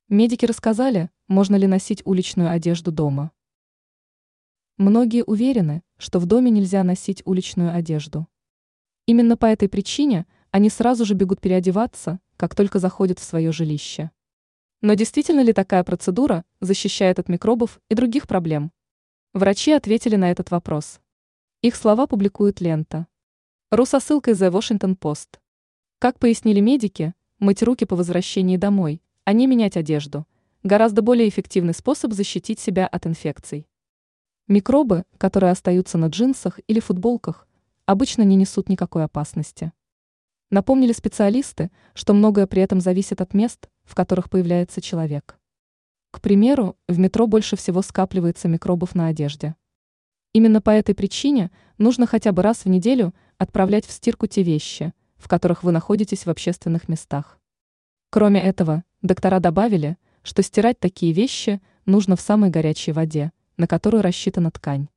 Медики рассказали, можно ли носить уличную одежду дома. Многие уверены, что в доме нельзя носить уличную одежду. Именно по этой причине они сразу же бегут переодеваться, как только заходят в свое жилище. Но действительно ли такая процедура защищает от микробов и других проблем? Врачи ответили на этот вопрос. Их слова публикует лента .ру со ссылкой The Washington Post. Как пояснили медики, мыть руки по возвращении домой, а не менять одежду, гораздо более эффективный способ защитить себя от инфекций. Микробы, которые остаются на джинсах или футболках, обычно не несут никакой опасности. Напомнили специалисты, что многое при этом зависит от мест, в которых появляется человек. К примеру, в метро больше всего скапливается микробов на одежде. Именно по этой причине нужно хотя бы раз в неделю отправлять в стирку те вещи, в которых вы находитесь в общественных местах. Кроме этого, доктора добавили, что стирать такие вещи нужно в самой горячей воде, на которую рассчитана ткань.